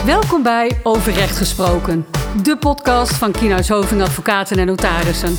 Welkom bij Over Recht Gesproken, de podcast van Kienhuis Hoving Advocaten en Notarissen.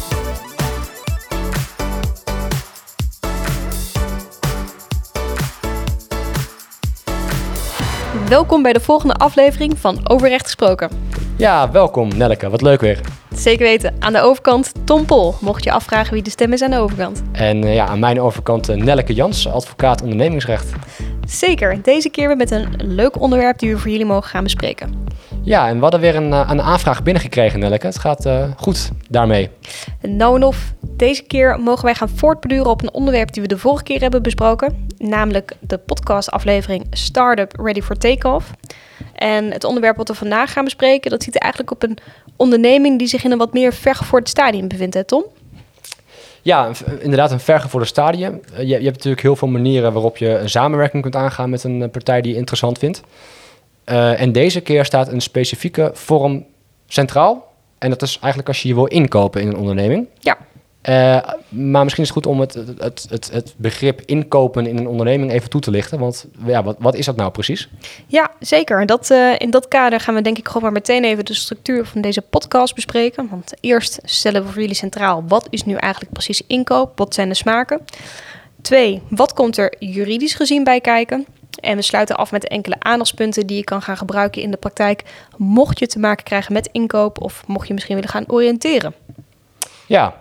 Welkom bij de volgende aflevering van Over Recht Gesproken. Ja, welkom Nelleke. Wat leuk weer. Zeker weten. Aan de overkant Tom Pol, mocht je afvragen wie de stem is aan de overkant. En aan mijn overkant Nelleke Jans, advocaat ondernemingsrecht. Zeker. Deze keer weer met een leuk onderwerp die we voor jullie mogen gaan bespreken. Ja, en we hadden weer een aanvraag binnengekregen, Nelleke. Het gaat goed daarmee. Nou en of, deze keer mogen wij gaan voortborduren op een onderwerp die we de vorige keer hebben besproken. Namelijk de podcastaflevering Startup Ready for Takeoff. En het onderwerp wat we vandaag gaan bespreken, dat ziet er eigenlijk op een onderneming die zich in een wat meer vergevorderd stadium bevindt, hè Tom? Ja, inderdaad een vergevorderd stadium. Je hebt natuurlijk heel veel manieren waarop je een samenwerking kunt aangaan met een partij die je interessant vindt. En deze keer staat een specifieke vorm centraal. En dat is eigenlijk als je je wil inkopen in een onderneming. Ja. Maar misschien is het goed om het begrip inkopen in een onderneming even toe te lichten. Want ja, wat is dat nou precies? Ja, zeker. In dat kader gaan we denk ik gewoon maar meteen even de structuur van deze podcast bespreken. Want eerst stellen we voor jullie centraal, wat is nu eigenlijk precies inkoop? Wat zijn de smaken? 2, wat komt er juridisch gezien bij kijken? En we sluiten af met enkele aandachtspunten die je kan gaan gebruiken in de praktijk, mocht je te maken krijgen met inkoop of mocht je misschien willen gaan oriënteren. Ja.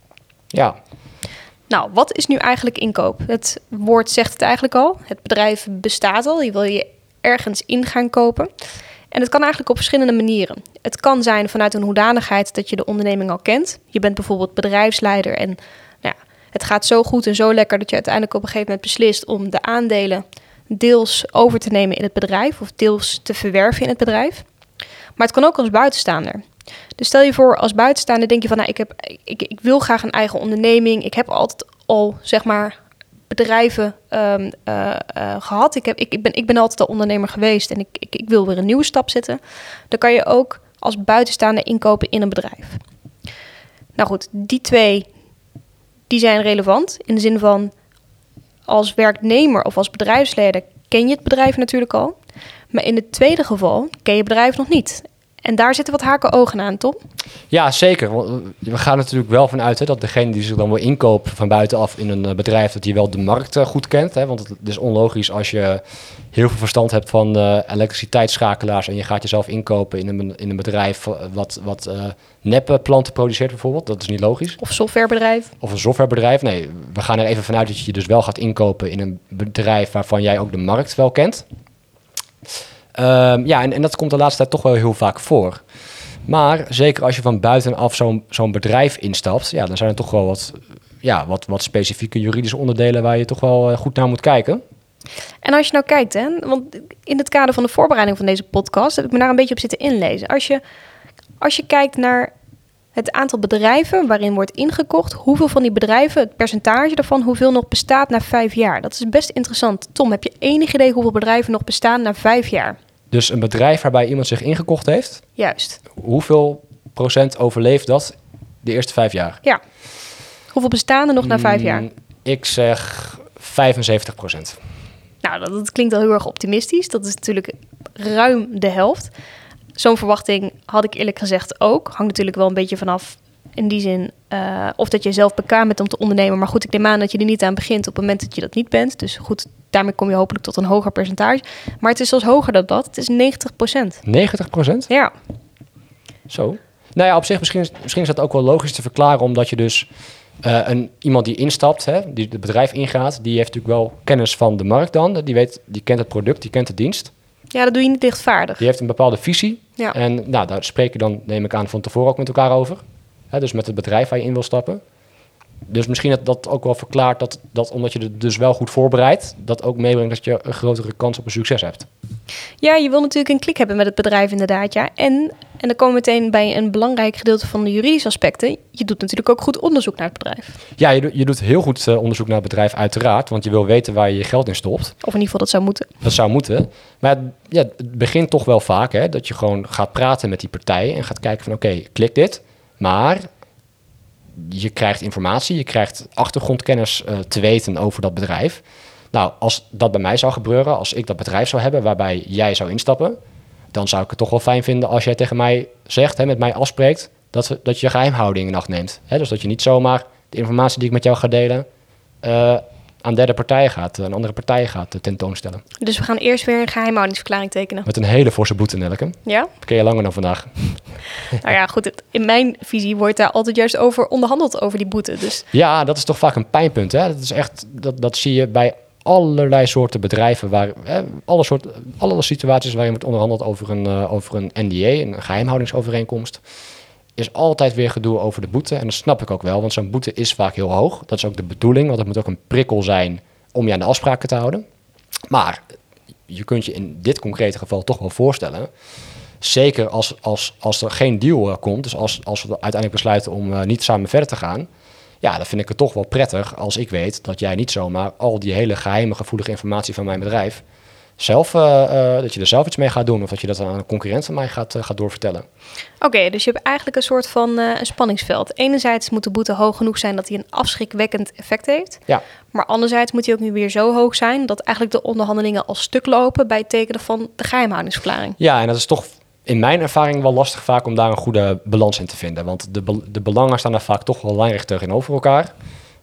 Nou, wat is nu eigenlijk inkoop? Het woord zegt het eigenlijk al. Het bedrijf bestaat al. Je wil je ergens in gaan kopen. En het kan eigenlijk op verschillende manieren. Het kan zijn vanuit een hoedanigheid dat je de onderneming al kent. Je bent bijvoorbeeld bedrijfsleider en het gaat zo goed en zo lekker dat je uiteindelijk op een gegeven moment beslist om de aandelen deels over te nemen in het bedrijf of deels te verwerven in het bedrijf. Maar het kan ook als buitenstaander. Dus stel je voor, als buitenstaander denk je van, ik wil graag een eigen onderneming. Ik heb altijd al, zeg maar, bedrijven gehad. Ik ben altijd al ondernemer geweest en ik wil weer een nieuwe stap zetten. Dan kan je ook als buitenstaander inkopen in een bedrijf. Nou goed, die twee, die zijn relevant in de zin van, als werknemer of als bedrijfsleider ken je het bedrijf natuurlijk al. Maar in het tweede geval ken je het bedrijf nog niet. En daar zitten wat haken ogen aan, Tom. Ja, zeker. We gaan natuurlijk wel vanuit dat degene die zich dan wil inkopen van buitenaf in een bedrijf, dat die wel de markt goed kent. Hè? Want het is onlogisch als je heel veel verstand hebt van elektriciteitsschakelaars en je gaat jezelf inkopen in een bedrijf wat nepplanten produceert bijvoorbeeld. Dat is niet logisch. Of softwarebedrijf. Of een softwarebedrijf. Nee, we gaan er even vanuit dat je dus wel gaat inkopen in een bedrijf waarvan jij ook de markt wel kent. En dat komt de laatste tijd toch wel heel vaak voor. Maar zeker als je van buitenaf zo'n bedrijf instapt, ja, dan zijn er toch wel wat specifieke juridische onderdelen waar je toch wel goed naar moet kijken. En als je nou kijkt, want in het kader van de voorbereiding van deze podcast heb ik me daar een beetje op zitten inlezen. Als je kijkt naar het aantal bedrijven waarin wordt ingekocht, hoeveel van die bedrijven, het percentage daarvan, hoeveel nog bestaat na 5 jaar. Dat is best interessant. Tom, heb je enig idee hoeveel bedrijven nog bestaan na 5 jaar? Dus een bedrijf waarbij iemand zich ingekocht heeft? Juist. Hoeveel procent overleeft dat de eerste 5 jaar? Ja. Hoeveel bestaan er nog na 5 jaar? Ik zeg 75%. Nou, dat klinkt al heel erg optimistisch. Dat is natuurlijk ruim de helft. Zo'n verwachting had ik eerlijk gezegd ook. Hangt natuurlijk wel een beetje vanaf in die zin of dat je zelf bekwaam bent om te ondernemen. Maar goed, ik neem aan dat je er niet aan begint op het moment dat je dat niet bent. Dus goed, daarmee kom je hopelijk tot een hoger percentage. Maar het is zelfs hoger dan dat. Het is 90%. 90%? Ja. Zo. Nou ja, op zich misschien is dat ook wel logisch te verklaren, omdat je dus iemand die instapt, die het bedrijf ingaat, die heeft natuurlijk wel kennis van de markt dan. Die kent het product, die kent de dienst. Ja, dat doe je niet lichtvaardig. Die heeft een bepaalde visie. Ja. En daar spreek je dan, neem ik aan, van tevoren ook met elkaar over. Dus met het bedrijf waar je in wil stappen. Dus misschien dat ook wel verklaart dat omdat je het dus wel goed voorbereidt, dat ook meebrengt dat je een grotere kans op een succes hebt. Ja, je wil natuurlijk een klik hebben met het bedrijf inderdaad, ja. En dan komen we meteen bij een belangrijk gedeelte van de juridische aspecten. Je doet natuurlijk ook goed onderzoek naar het bedrijf. Ja, je doet heel goed onderzoek naar het bedrijf uiteraard, want je wil weten waar je je geld in stopt. Of in ieder geval dat zou moeten. Dat zou moeten. Maar ja, het begint toch wel vaak dat je gewoon gaat praten met die partijen en gaat kijken van oké, klikt dit? Maar je krijgt informatie, je krijgt achtergrondkennis te weten over dat bedrijf. Nou, als dat bij mij zou gebeuren, als ik dat bedrijf zou hebben waarbij jij zou instappen, dan zou ik het toch wel fijn vinden als jij tegen mij zegt, met mij afspreekt, dat je geheimhouding in acht neemt. Dus dat je niet zomaar de informatie die ik met jou ga delen aan andere partijen gaat tentoonstellen. Dus we gaan eerst weer een geheimhoudingsverklaring tekenen. Met een hele forse boete, Nelleke. Ja? Dat ken je langer dan vandaag. Nou ja, goed. In mijn visie wordt daar altijd juist over onderhandeld, over die boete. Dus Ja, dat is toch vaak een pijnpunt. Hè? Dat is echt, dat zie je bij allerlei soorten bedrijven, alle situaties waarin wordt onderhandeld over een NDA, een geheimhoudingsovereenkomst, is altijd weer gedoe over de boete. En dat snap ik ook wel, want zo'n boete is vaak heel hoog. Dat is ook de bedoeling, want het moet ook een prikkel zijn om je aan de afspraken te houden. Maar je kunt je in dit concrete geval toch wel voorstellen, zeker als er geen deal komt, dus als we uiteindelijk besluiten om niet samen verder te gaan, ja, dan vind ik het toch wel prettig als ik weet dat jij niet zomaar al die hele geheime, gevoelige informatie van mijn bedrijf dat je er zelf iets mee gaat doen of dat je dat aan een concurrent van mij gaat doorvertellen. Oké, dus je hebt eigenlijk een soort van een spanningsveld. Enerzijds moet de boete hoog genoeg zijn dat hij een afschrikwekkend effect heeft. Ja. Maar anderzijds moet hij ook nu weer zo hoog zijn dat eigenlijk de onderhandelingen al stuk lopen bij het tekenen van de geheimhoudingsverklaring. Ja, en dat is toch in mijn ervaring wel lastig vaak om daar een goede balans in te vinden. Want de belangen staan daar vaak toch wel lijnrecht tegenover elkaar.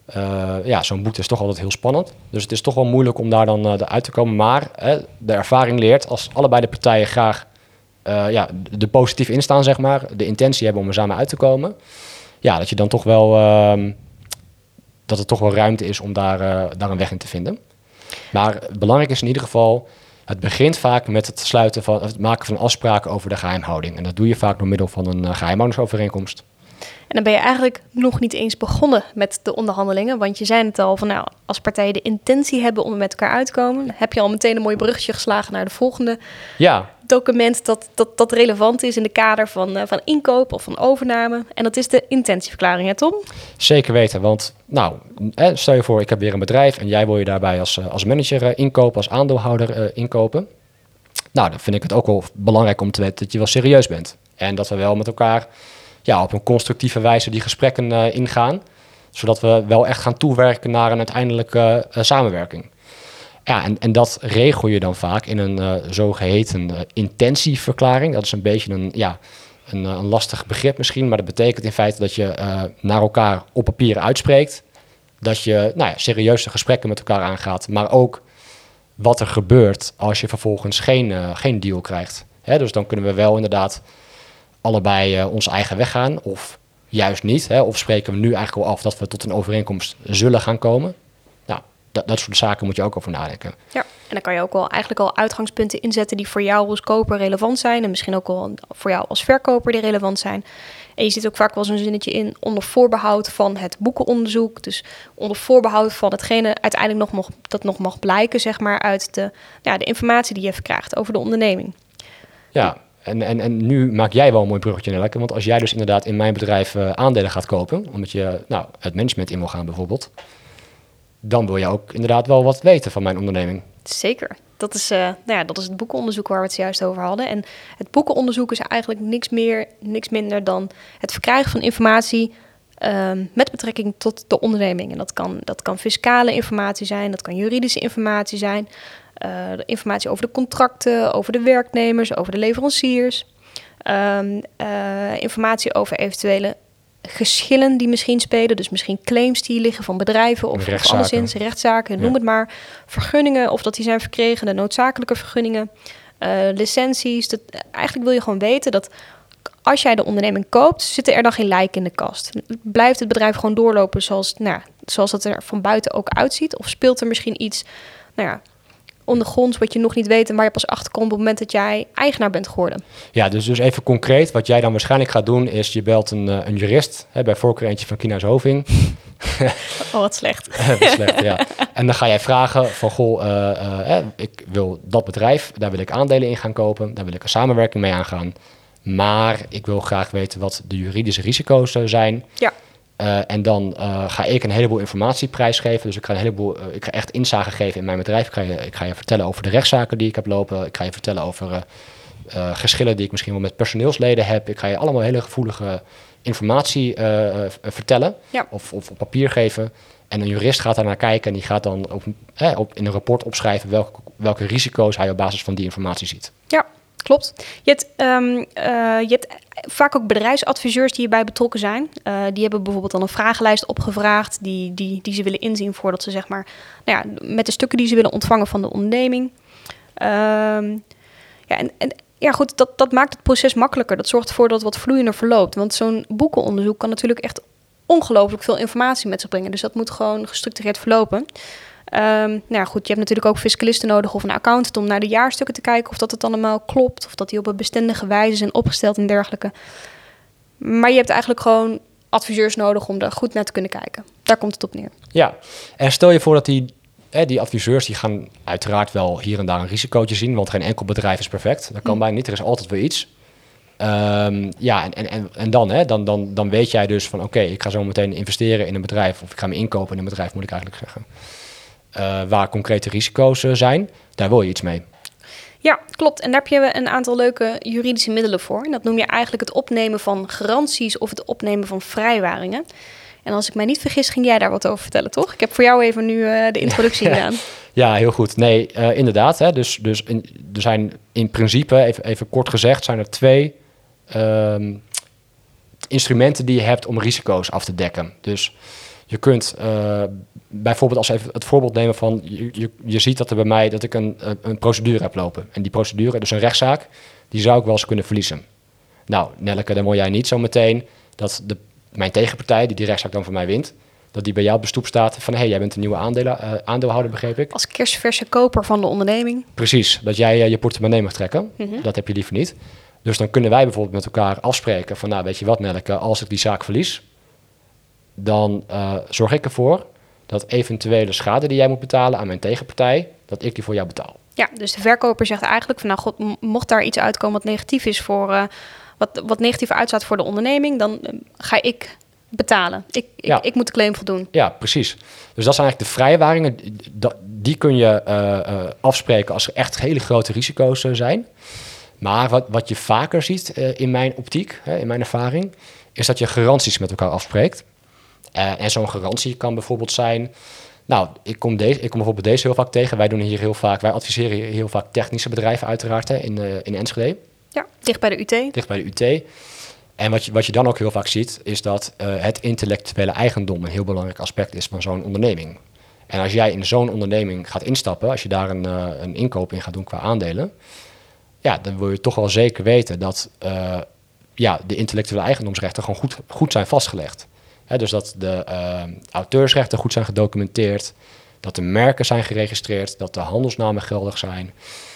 Zo'n boete is toch altijd heel spannend. Dus het is toch wel moeilijk om daar dan uit te komen. Maar de ervaring leert, als allebei de partijen graag de positief instaan, zeg maar, de intentie hebben om er samen uit te komen, ja, dat je dan toch wel dat er toch wel ruimte is om daar een weg in te vinden. Maar belangrijk is in ieder geval, het begint vaak met het maken van afspraken over de geheimhouding. En dat doe je vaak door middel van een geheimhoudingsovereenkomst. En dan ben je eigenlijk nog niet eens begonnen met de onderhandelingen. Want je zei het al, van als partijen de intentie hebben om er met elkaar uit te komen, heb je al meteen een mooi bruggetje geslagen naar de volgende document dat relevant is in de kader van inkoop of van overname. En dat is de intentieverklaring, hè Tom? Zeker weten, want stel je voor, ik heb weer een bedrijf en jij wil je daarbij als manager inkopen, als aandeelhouder inkopen. Nou, dan vind ik het ook wel belangrijk om te weten dat je wel serieus bent. En dat we wel met elkaar op een constructieve wijze die gesprekken ingaan, zodat we wel echt gaan toewerken naar een uiteindelijke samenwerking. Ja, en dat regel je dan vaak in een zogeheten intentieverklaring. Dat is een beetje een lastig begrip misschien, maar dat betekent in feite dat je naar elkaar op papier uitspreekt, dat je serieuze gesprekken met elkaar aangaat, maar ook wat er gebeurt als je vervolgens geen deal krijgt. Dus dan kunnen we wel inderdaad allebei onze eigen weg gaan, of juist niet. Of spreken we nu eigenlijk al af dat we tot een overeenkomst zullen gaan komen. Nou, dat soort zaken moet je ook over nadenken. Ja, en dan kan je ook wel eigenlijk al uitgangspunten inzetten die voor jou als koper relevant zijn en misschien ook wel voor jou als verkoper die relevant zijn. En je zit ook vaak wel zo'n zinnetje in onder voorbehoud van het boekenonderzoek. Dus onder voorbehoud van hetgene uiteindelijk nog mag blijken, zeg maar, uit de informatie die je verkrijgt over de onderneming. Ja. En nu maak jij wel een mooi bruggetje, Nelleke. Want als jij dus inderdaad in mijn bedrijf aandelen gaat kopen, omdat je het management in wil gaan bijvoorbeeld, dan wil je ook inderdaad wel wat weten van mijn onderneming. Zeker. Dat is het boekenonderzoek waar we het juist over hadden. En het boekenonderzoek is eigenlijk niks minder dan het verkrijgen van informatie met betrekking tot de onderneming. En dat kan fiscale informatie zijn, dat kan juridische informatie zijn, informatie over de contracten, over de werknemers, over de leveranciers, informatie over eventuele geschillen die misschien spelen, dus misschien claims die liggen van bedrijven of anderszins rechtszaken, noem het maar, vergunningen of dat die zijn verkregen, de noodzakelijke vergunningen, licenties. Eigenlijk wil je gewoon weten dat als jij de onderneming koopt, zitten er dan geen lijken in de kast. Blijft het bedrijf gewoon doorlopen zoals dat er van buiten ook uitziet? Of speelt er misschien iets ondergronds wat je nog niet weet en waar je pas achterkomt op het moment dat jij eigenaar bent geworden? Ja, dus even concreet. Wat jij dan waarschijnlijk gaat doen is je belt een jurist, bij voorkeur eentje van Kienhuis Hoving. Oh, wat slecht. Wat slecht, ja. En dan ga jij vragen van, ik wil dat bedrijf, daar wil ik aandelen in gaan kopen, daar wil ik een samenwerking mee aangaan. Maar ik wil graag weten wat de juridische risico's zijn. Ja. En dan ga ik een heleboel informatie prijsgeven. Dus ik ga echt inzage geven in mijn bedrijf. Ik ga je vertellen over de rechtszaken die ik heb lopen. Ik ga je vertellen over geschillen die ik misschien wel met personeelsleden heb. Ik ga je allemaal hele gevoelige informatie vertellen. Ja. Of op papier geven. En een jurist gaat daar naar kijken en die gaat dan in een rapport opschrijven welke risico's hij op basis van die informatie ziet. Ja. klopt. Je hebt vaak ook bedrijfsadviseurs die hierbij betrokken zijn. Die hebben bijvoorbeeld dan een vragenlijst opgevraagd die ze willen inzien voordat ze zeg maar, met de stukken die ze willen ontvangen van de onderneming. Goed, dat maakt het proces makkelijker. Dat zorgt ervoor dat het wat vloeiender verloopt. Want zo'n boekenonderzoek kan natuurlijk echt ongelooflijk veel informatie met zich brengen. Dus dat moet gewoon gestructureerd verlopen. Goed, je hebt natuurlijk ook fiscalisten nodig of een accountant om naar de jaarstukken te kijken of dat het allemaal klopt, of dat die op een bestendige wijze zijn opgesteld en dergelijke. Maar je hebt eigenlijk gewoon adviseurs nodig om daar goed naar te kunnen kijken. Daar komt het op neer. Ja, en stel je voor dat die adviseurs die gaan uiteraard wel hier en daar een risicootje zien, want geen enkel bedrijf is perfect. Dat kan bijna niet, er is altijd weer iets. En dan weet jij dus van oké, ik ga zo meteen investeren in een bedrijf of ik ga me inkopen in een bedrijf, moet ik eigenlijk zeggen. Waar concrete risico's zijn, daar wil je iets mee. Ja, klopt. En daar heb je een aantal leuke juridische middelen voor. En dat noem je eigenlijk het opnemen van garanties of het opnemen van vrijwaringen. En als ik mij niet vergis, ging jij daar wat over vertellen, toch? Ik heb voor jou even nu de introductie gedaan. Ja, heel goed. Nee, inderdaad. Hè, dus er zijn in principe, even kort gezegd, zijn er 2 instrumenten die je hebt om risico's af te dekken. Dus je kunt bijvoorbeeld als even het voorbeeld nemen van je ziet dat er bij mij dat ik een procedure heb lopen. En die procedure, dus een rechtszaak, die zou ik wel eens kunnen verliezen. Nou, Nelleke, dan wil jij niet zo meteen dat mijn tegenpartij, die rechtszaak dan van mij wint, dat die bij jou op de stoep staat van hey, jij bent een nieuwe aandeelhouder, begreep ik. Als kerstverse koper van de onderneming. Precies, dat jij je portemonnee mag trekken. Mm-hmm. Dat heb je liever niet. Dus dan kunnen wij bijvoorbeeld met elkaar afspreken van nou, weet je wat Nelleke, als ik die zaak verlies, dan zorg ik ervoor dat eventuele schade die jij moet betalen aan mijn tegenpartij, dat ik die voor jou betaal. Ja, dus de verkoper zegt eigenlijk van nou god, mocht daar iets uitkomen wat negatief is voor wat negatief uitstaat voor de onderneming, dan ga ik betalen. Ik moet de claim voldoen. Ja, precies. Dus dat zijn eigenlijk de vrijwaringen. Die kun je afspreken als er echt hele grote risico's zijn. Maar wat je vaker ziet in mijn optiek, in mijn ervaring, is dat je garanties met elkaar afspreekt. En zo'n garantie kan bijvoorbeeld zijn, nou, ik kom bijvoorbeeld deze heel vaak tegen. Wij adviseren hier heel vaak technische bedrijven uiteraard in Enschede. Ja, dicht bij de UT. En wat je dan ook heel vaak ziet, is dat het intellectuele eigendom een heel belangrijk aspect is van zo'n onderneming. En als jij in zo'n onderneming gaat instappen, als je daar een inkoop in gaat doen qua aandelen, ja, dan wil je toch wel zeker weten dat de intellectuele eigendomsrechten gewoon goed zijn vastgelegd. Dus dat de auteursrechten goed zijn gedocumenteerd, dat de merken zijn geregistreerd, dat de handelsnamen geldig zijn.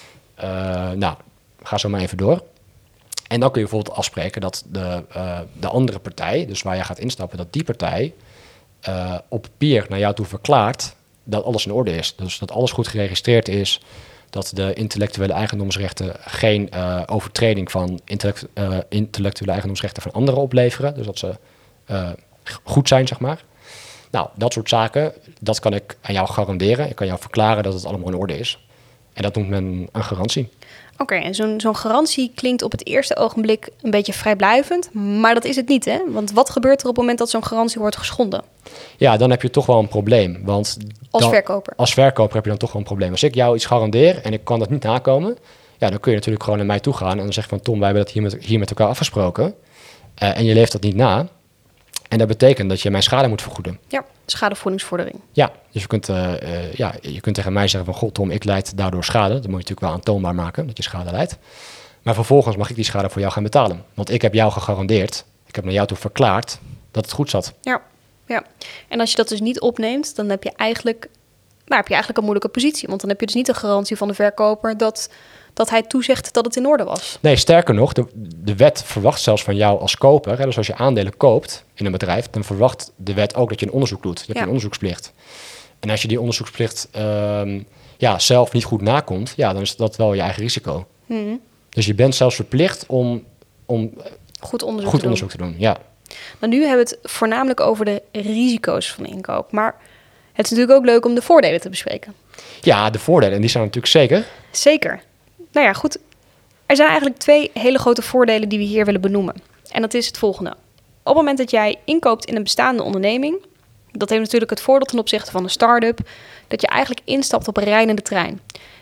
Ga zo maar even door. En dan kun je bijvoorbeeld afspreken dat de andere partij, dus waar jij gaat instappen, dat die partij op papier naar jou toe verklaart dat alles in orde is. Dus dat alles goed geregistreerd is, dat de intellectuele eigendomsrechten geen overtreding van intellectuele eigendomsrechten van anderen opleveren. Dus dat ze goed zijn, zeg maar. Nou, dat soort zaken, dat kan ik aan jou garanderen. Ik kan jou verklaren dat het allemaal in orde is. En dat noemt men een garantie. Oké, en zo'n garantie klinkt op het eerste ogenblik een beetje vrijblijvend, maar dat is het niet, hè? Want wat gebeurt er op het moment dat zo'n garantie wordt geschonden? Ja, dan heb je toch wel een probleem. Want als verkoper heb je dan toch wel een probleem. Als ik jou iets garandeer en ik kan dat niet nakomen, ja, dan kun je natuurlijk gewoon naar mij toe gaan en dan zeg van Tom, wij hebben dat hier met elkaar afgesproken en je leeft dat niet na. En dat betekent dat je mijn schade moet vergoeden. Ja, schadevergoedingsvordering. Ja, dus je kunt tegen mij zeggen van god Tom, ik lijd daardoor schade. Dat moet je natuurlijk wel aantoonbaar maken, dat je schade lijdt. Maar vervolgens mag ik die schade voor jou gaan betalen. Want ik heb jou gegarandeerd, ik heb naar jou toe verklaard dat het goed zat. Ja. En als je dat dus niet opneemt, dan heb je eigenlijk een moeilijke positie. Want dan heb je dus niet de garantie van de verkoper dat hij toezegt dat het in orde was. Nee, sterker nog, de wet verwacht zelfs van jou als koper. Hè, dus als je aandelen koopt in een bedrijf, dan verwacht de wet ook dat je een onderzoek doet. Je hebt een onderzoeksplicht. En als je die onderzoeksplicht zelf niet goed nakomt, ja, dan is dat wel je eigen risico. Mm-hmm. Dus je bent zelfs verplicht om goed onderzoek te doen. Ja. Nou, nu hebben we het voornamelijk over de risico's van inkoop. Maar het is natuurlijk ook leuk om de voordelen te bespreken. Ja, de voordelen, en die zijn natuurlijk zeker. Zeker. Nou ja, goed. Er zijn eigenlijk 2 hele grote voordelen die we hier willen benoemen. En dat is het volgende. Op het moment dat jij inkoopt in een bestaande onderneming, dat heeft natuurlijk het voordeel ten opzichte van een start-up, dat je eigenlijk instapt op een rijdende trein.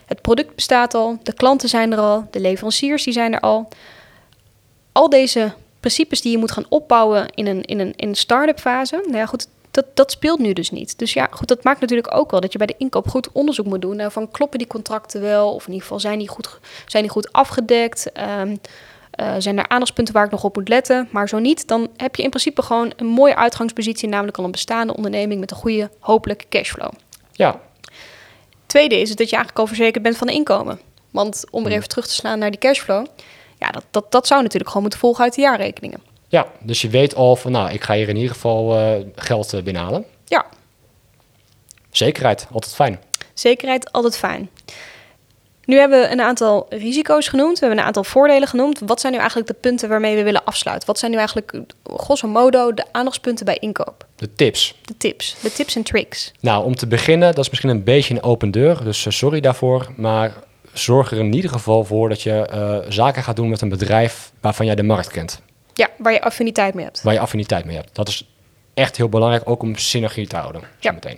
Het product bestaat al, de klanten zijn er al, de leveranciers die zijn er al. Al deze principes die je moet gaan opbouwen in een start-up fase, nou ja, goed, dat speelt nu dus niet. Dus ja, goed, dat maakt natuurlijk ook wel dat je bij de inkoop goed onderzoek moet doen. Nou, van kloppen die contracten wel? Of in ieder geval zijn die goed afgedekt? Zijn er aandachtspunten waar ik nog op moet letten? Maar zo niet, dan heb je in principe gewoon een mooie uitgangspositie, namelijk al een bestaande onderneming met een goede, hopelijk cashflow. Ja. Tweede is het dat je eigenlijk al verzekerd bent van de inkomen. Want om weer even terug te slaan naar die cashflow, ja, dat zou natuurlijk gewoon moeten volgen uit de jaarrekeningen. Ja, dus je weet al van, nou, ik ga hier in ieder geval geld binnenhalen. Ja. Zekerheid, altijd fijn. Zekerheid, altijd fijn. Nu hebben we een aantal risico's genoemd. We hebben een aantal voordelen genoemd. Wat zijn nu eigenlijk de punten waarmee we willen afsluiten? Wat zijn nu eigenlijk, grosso modo, de aandachtspunten bij inkoop? De tips. De tips en tricks. Nou, om te beginnen, dat is misschien een beetje een open deur. Dus sorry daarvoor. Maar zorg er in ieder geval voor dat je zaken gaat doen met een bedrijf waarvan jij de markt kent. Ja, waar je affiniteit mee hebt. Waar je affiniteit mee hebt. Dat is echt heel belangrijk, ook om synergie te houden. Ja. Meteen.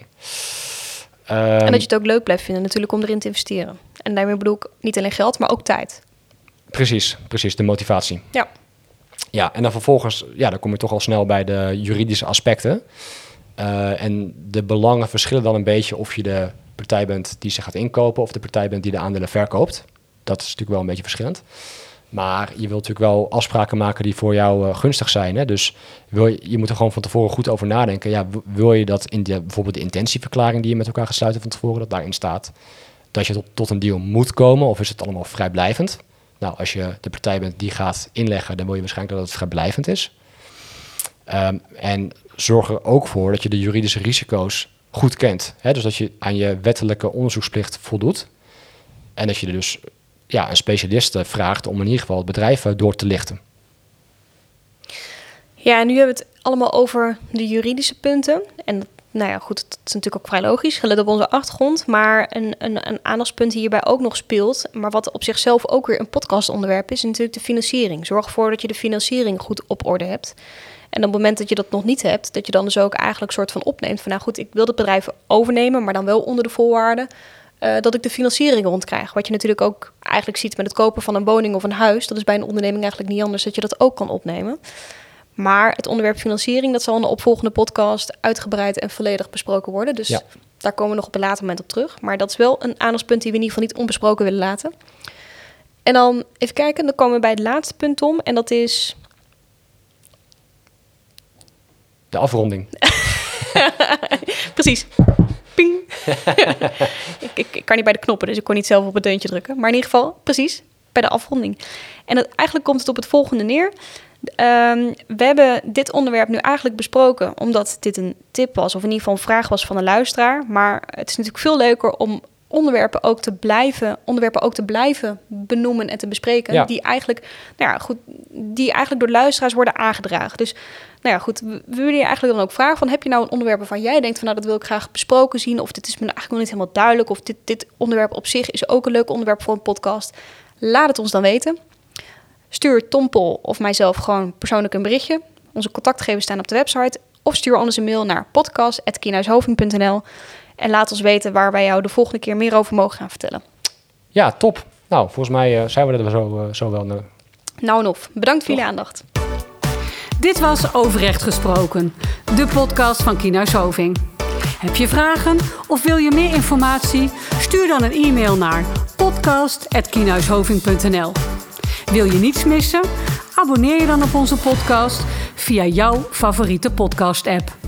En dat je het ook leuk blijft vinden natuurlijk om erin te investeren. En daarmee bedoel ik niet alleen geld, maar ook tijd. Precies, de motivatie. Ja. Ja, en dan vervolgens, ja, dan kom je toch al snel bij de juridische aspecten. En de belangen verschillen dan een beetje of je de partij bent die ze gaat inkopen of de partij bent die de aandelen verkoopt. Dat is natuurlijk wel een beetje verschillend. Maar je wilt natuurlijk wel afspraken maken die voor jou gunstig zijn. Hè? Dus je moet er gewoon van tevoren goed over nadenken. Ja, wil je dat in bijvoorbeeld de intentieverklaring die je met elkaar gaat sluiten van tevoren, dat daarin staat dat je tot een deal moet komen, of is het allemaal vrijblijvend? Nou, als je de partij bent die gaat inleggen, dan wil je waarschijnlijk dat het vrijblijvend is. En zorg er ook voor dat je de juridische risico's goed kent. Hè? Dus dat je aan je wettelijke onderzoeksplicht voldoet. En dat je er dus een specialist vraagt om in ieder geval het bedrijf door te lichten. Ja, en nu hebben we het allemaal over de juridische punten. En nou ja, goed, dat is natuurlijk ook vrij logisch, gelet op onze achtergrond. Maar een aandachtspunt die hierbij ook nog speelt, maar wat op zichzelf ook weer een podcastonderwerp is natuurlijk de financiering. Zorg ervoor dat je de financiering goed op orde hebt. En op het moment dat je dat nog niet hebt, dat je dan dus ook eigenlijk soort van opneemt van, nou goed, ik wil het bedrijf overnemen, maar dan wel onder de voorwaarden dat ik de financiering rondkrijg. Wat je natuurlijk ook eigenlijk ziet met het kopen van een woning of een huis. Dat is bij een onderneming eigenlijk niet anders, dat je dat ook kan opnemen. Maar het onderwerp financiering, dat zal in de opvolgende podcast uitgebreid en volledig besproken worden. Dus daar komen we nog op een later moment op terug. Maar dat is wel een aandachtspunt die we in ieder geval niet onbesproken willen laten. En dan even kijken, dan komen we bij het laatste punt om. En dat is de afronding. Precies. Ping. ik kan niet bij de knoppen, dus ik kon niet zelf op het deuntje drukken. Maar in ieder geval, precies, bij de afronding. En eigenlijk komt het op het volgende neer. We hebben dit onderwerp nu eigenlijk besproken omdat dit een tip was, of in ieder geval een vraag was van een luisteraar. Maar het is natuurlijk veel leuker om onderwerpen ook te blijven benoemen en te bespreken. Ja. Die eigenlijk door luisteraars worden aangedragen. Dus nou ja, goed, we willen je eigenlijk dan ook vragen van, heb je nou een onderwerp waarvan jij denkt van, nou, dat wil ik graag besproken zien, of dit is me eigenlijk nog niet helemaal duidelijk, of dit onderwerp op zich is ook een leuk onderwerp voor een podcast. Laat het ons dan weten. Stuur Tom Pol of mijzelf gewoon persoonlijk een berichtje. Onze contactgegevens staan op de website. Of stuur anders een mail naar podcast@kienhuishoving.nl. En laat ons weten waar wij jou de volgende keer meer over mogen gaan vertellen. Ja, top. Nou, volgens mij zijn we er zo wel. Nou en of. Bedankt voor jullie aandacht. Dit was Overrecht Gesproken, de podcast van Kienhuishoving. Heb je vragen of wil je meer informatie? Stuur dan een e-mail naar podcast@kienhuishoving.nl. Wil je niets missen? Abonneer je dan op onze podcast via jouw favoriete podcast-app.